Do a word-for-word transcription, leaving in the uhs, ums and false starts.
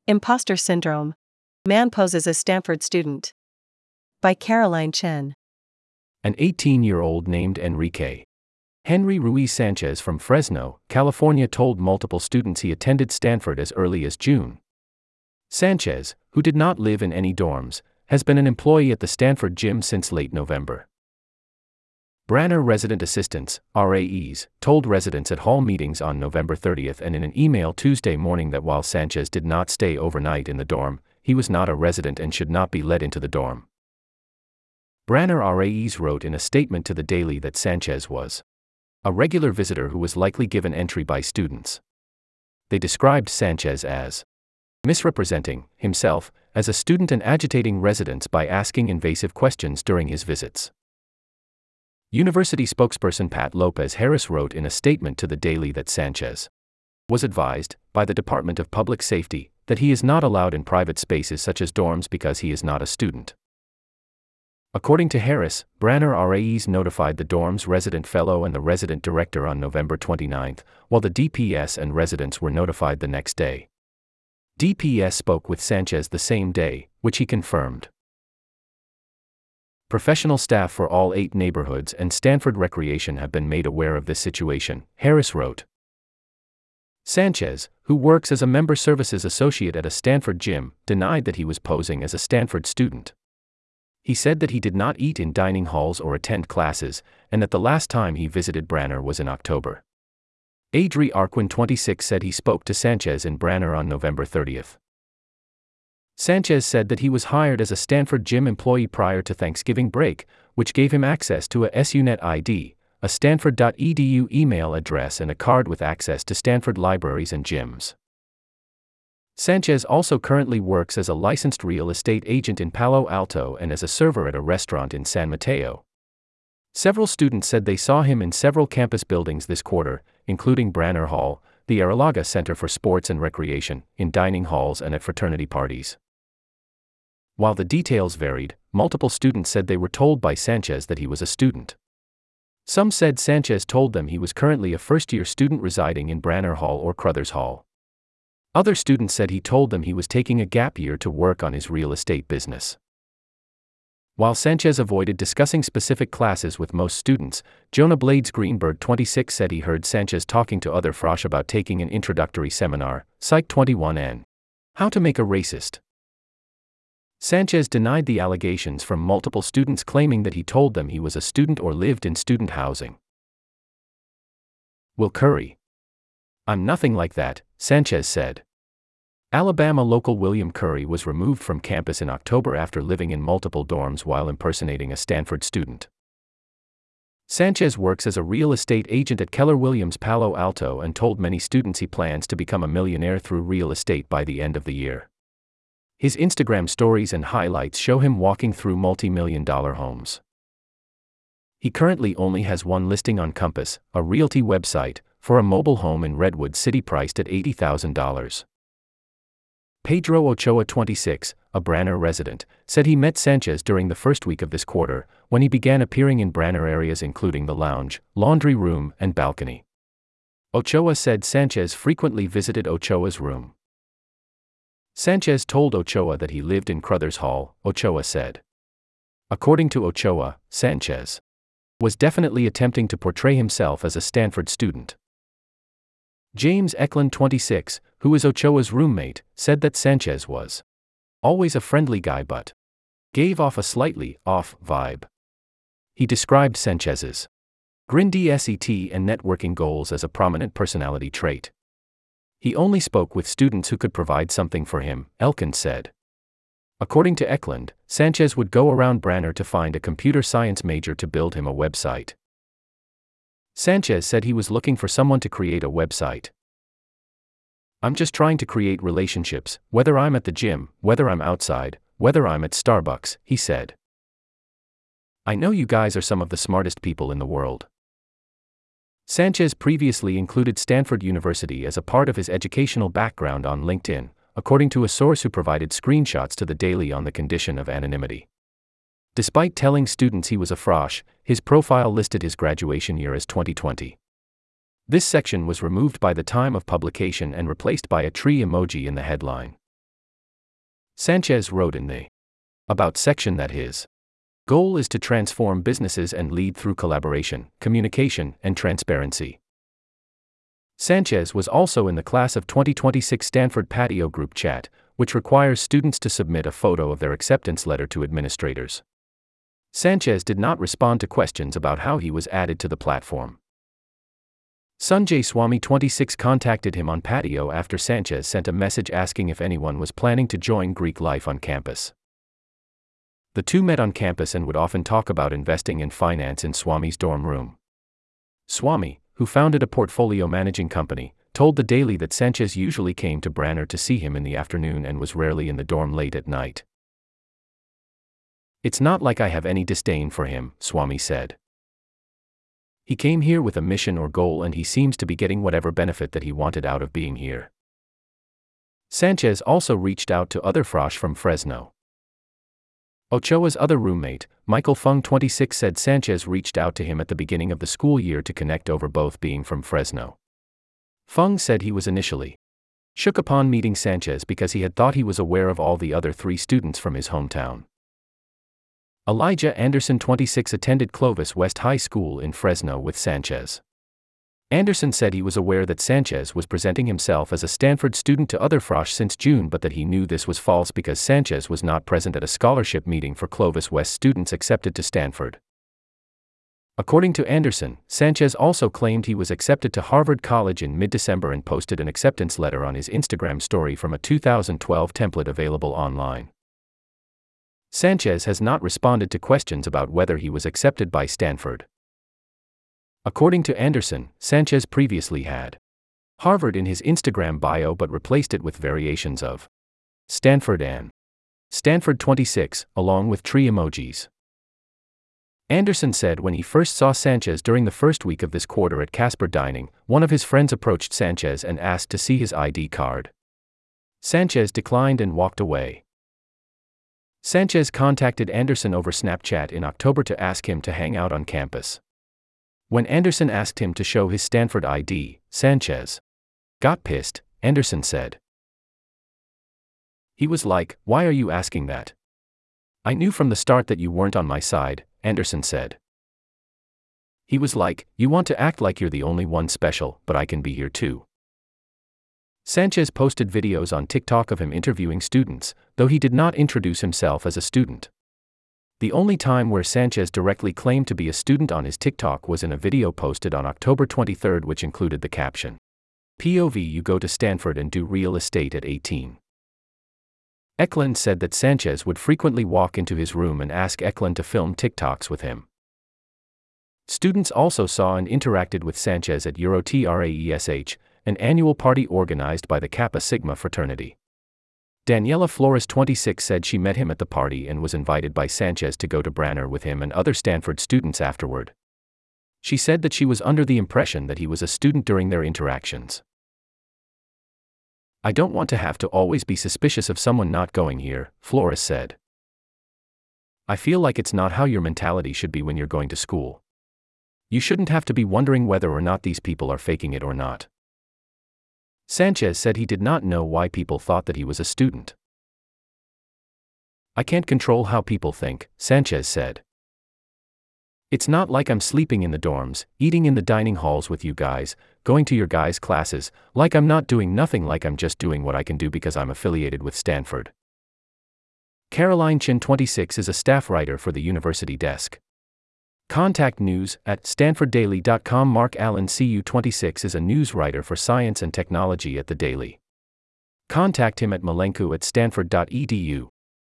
Imposter Syndrome. Man poses as Stanford student. By Caroline Chen. An eighteen-year-old named Enrique Henry Ruiz Sanchez from Fresno, California told multiple students he attended Stanford as early as June. Sanchez, who did not live in any dorms, has been an employee at the Stanford gym since late November. Branner resident assistants, R A Es, told residents at hall meetings on November thirtieth and in an email Tuesday morning that while Sanchez did not stay overnight in the dorm, he was not a resident and should not be let into the dorm. Branner R A Es wrote in a statement to the Daily that Sanchez was a regular visitor who was likely given entry by students. They described Sanchez as misrepresenting himself as a student and agitating residents by asking invasive questions during his visits. University spokesperson Pat Lopez Harris wrote in a statement to the Daily that Sanchez was advised by the Department of Public Safety that he is not allowed in private spaces such as dorms because he is not a student. According to Harris, Branner R A Es notified the dorm's resident fellow and the resident director on November twenty-ninth, while the D P S and residents were notified the next day. D P S spoke with Sanchez the same day, which he confirmed. Professional staff for all eight neighborhoods and Stanford Recreation have been made aware of this situation, Harris wrote. Sanchez, who works as a member services associate at a Stanford gym, denied that he was posing as a Stanford student. He said that he did not eat in dining halls or attend classes, and that the last time he visited Branner was in October. Adri Arquin, twenty-six, said he spoke to Sanchez in Branner on November thirtieth. Sanchez said that he was hired as a Stanford gym employee prior to Thanksgiving break, which gave him access to a S U Net I D, a stanford dot e d u email address and a card with access to Stanford libraries and gyms. Sanchez also currently works as a licensed real estate agent in Palo Alto and as a server at a restaurant in San Mateo. Several students said they saw him in several campus buildings this quarter, including Branner Hall, the Arrillaga Center for Sports and Recreation, in dining halls and at fraternity parties. While the details varied, multiple students said they were told by Sanchez that he was a student. Some said Sanchez told them he was currently a first-year student residing in Branner Hall or Crothers Hall. Other students said he told them he was taking a gap year to work on his real estate business. While Sanchez avoided discussing specific classes with most students, Jonah Blades Greenberg, twenty-six, said he heard Sanchez talking to other frosh about taking an introductory seminar, Psych twenty-one N. How to Make a Racist. Sanchez denied the allegations from multiple students claiming that he told them he was a student or lived in student housing. Will Curry. I'm nothing like that, Sanchez said. Alabama local William Curry was removed from campus in October after living in multiple dorms while impersonating a Stanford student. Sanchez works as a real estate agent at Keller Williams Palo Alto and told many students he plans to become a millionaire through real estate by the end of the year. His Instagram stories and highlights show him walking through multi-million dollar homes. He currently only has one listing on Compass, a realty website, for a mobile home in Redwood City priced at eighty thousand dollars. Pedro Ochoa, twenty-six, a Branner resident, said he met Sanchez during the first week of this quarter, when he began appearing in Branner areas including the lounge, laundry room, and balcony. Ochoa said Sanchez frequently visited Ochoa's room. Sanchez told Ochoa that he lived in Crothers Hall, Ochoa said. According to Ochoa, Sanchez was definitely attempting to portray himself as a Stanford student. James Eklund, twenty-six, who is Ochoa's roommate, said that Sanchez was always a friendly guy but gave off a slightly off vibe. He described Sanchez's grindy S E T and networking goals as a prominent personality trait. He only spoke with students who could provide something for him, Elkind said. According to Eklund, Sanchez would go around Branner to find a computer science major to build him a website. Sanchez said he was looking for someone to create a website. I'm just trying to create relationships, whether I'm at the gym, whether I'm outside, whether I'm at Starbucks, he said. I know you guys are some of the smartest people in the world. Sanchez previously included Stanford University as a part of his educational background on LinkedIn, according to a source who provided screenshots to the Daily on the condition of anonymity. Despite telling students he was a frosh, his profile listed his graduation year as twenty twenty. This section was removed by the time of publication and replaced by a tree emoji in the headline. Sanchez wrote in the About section that his goal is to transform businesses and lead through collaboration, communication, and transparency. Sanchez was also in the class of twenty twenty-six Stanford Patio group chat, which requires students to submit a photo of their acceptance letter to administrators. Sanchez did not respond to questions about how he was added to the platform. Sanjay Swami twenty-six contacted him on Patio after Sanchez sent a message asking if anyone was planning to join Greek life on campus. The two met on campus and would often talk about investing and finance in Swami's dorm room. Swami, who founded a portfolio managing company, told the Daily that Sanchez usually came to Branner to see him in the afternoon and was rarely in the dorm late at night. "It's not like I have any disdain for him," Swami said. "He came here with a mission or goal and he seems to be getting whatever benefit that he wanted out of being here." Sanchez also reached out to other frosh from Fresno. Ochoa's other roommate, Michael Fung twenty-six, said Sanchez reached out to him at the beginning of the school year to connect over both being from Fresno. Fung said he was initially shook upon meeting Sanchez because he had thought he was aware of all the other three students from his hometown. Elijah Anderson twenty-six attended Clovis West High School in Fresno with Sanchez. Anderson said he was aware that Sanchez was presenting himself as a Stanford student to other frosh since June, but that he knew this was false because Sanchez was not present at a scholarship meeting for Clovis West students accepted to Stanford. According to Anderson, Sanchez also claimed he was accepted to Harvard College in mid-December and posted an acceptance letter on his Instagram story from a two thousand twelve template available online. Sanchez has not responded to questions about whether he was accepted by Stanford. According to Anderson, Sanchez previously had Harvard in his Instagram bio but replaced it with variations of Stanford and Stanford twenty-six, along with tree emojis. Anderson said when he first saw Sanchez during the first week of this quarter at Casper Dining, one of his friends approached Sanchez and asked to see his I D card. Sanchez declined and walked away. Sanchez contacted Anderson over Snapchat in October to ask him to hang out on campus. When Anderson asked him to show his Stanford I D, Sanchez got pissed, Anderson said. He was like, "Why are you asking that? I knew from the start that you weren't on my side," Anderson said. He was like, "You want to act like you're the only one special, but I can be here too." Sanchez posted videos on TikTok of him interviewing students, though he did not introduce himself as a student. The only time where Sanchez directly claimed to be a student on his TikTok was in a video posted on October twenty-third, which included the caption, P O V you go to Stanford and do real estate at eighteen. Eklund said that Sanchez would frequently walk into his room and ask Eklund to film TikToks with him. Students also saw and interacted with Sanchez at EuroTraesh, an annual party organized by the Kappa Sigma fraternity. Daniela Flores twenty-six said she met him at the party and was invited by Sanchez to go to Branner with him and other Stanford students afterward. She said that she was under the impression that he was a student during their interactions. "I don't want to have to always be suspicious of someone not going here," Flores said. "I feel like it's not how your mentality should be when you're going to school. You shouldn't have to be wondering whether or not these people are faking it or not." Sanchez said he did not know why people thought that he was a student. "I can't control how people think," Sanchez said. "It's not like I'm sleeping in the dorms, eating in the dining halls with you guys, going to your guys' classes, like I'm not doing nothing, like I'm just doing what I can do because I'm affiliated with Stanford." Caroline Chin twenty-six is a staff writer for the university desk. Contact news at stanford daily dot com. Mark Allen C U twenty-six is a news writer for science and technology at the Daily. Contact him at malenku at stanford dot e d u.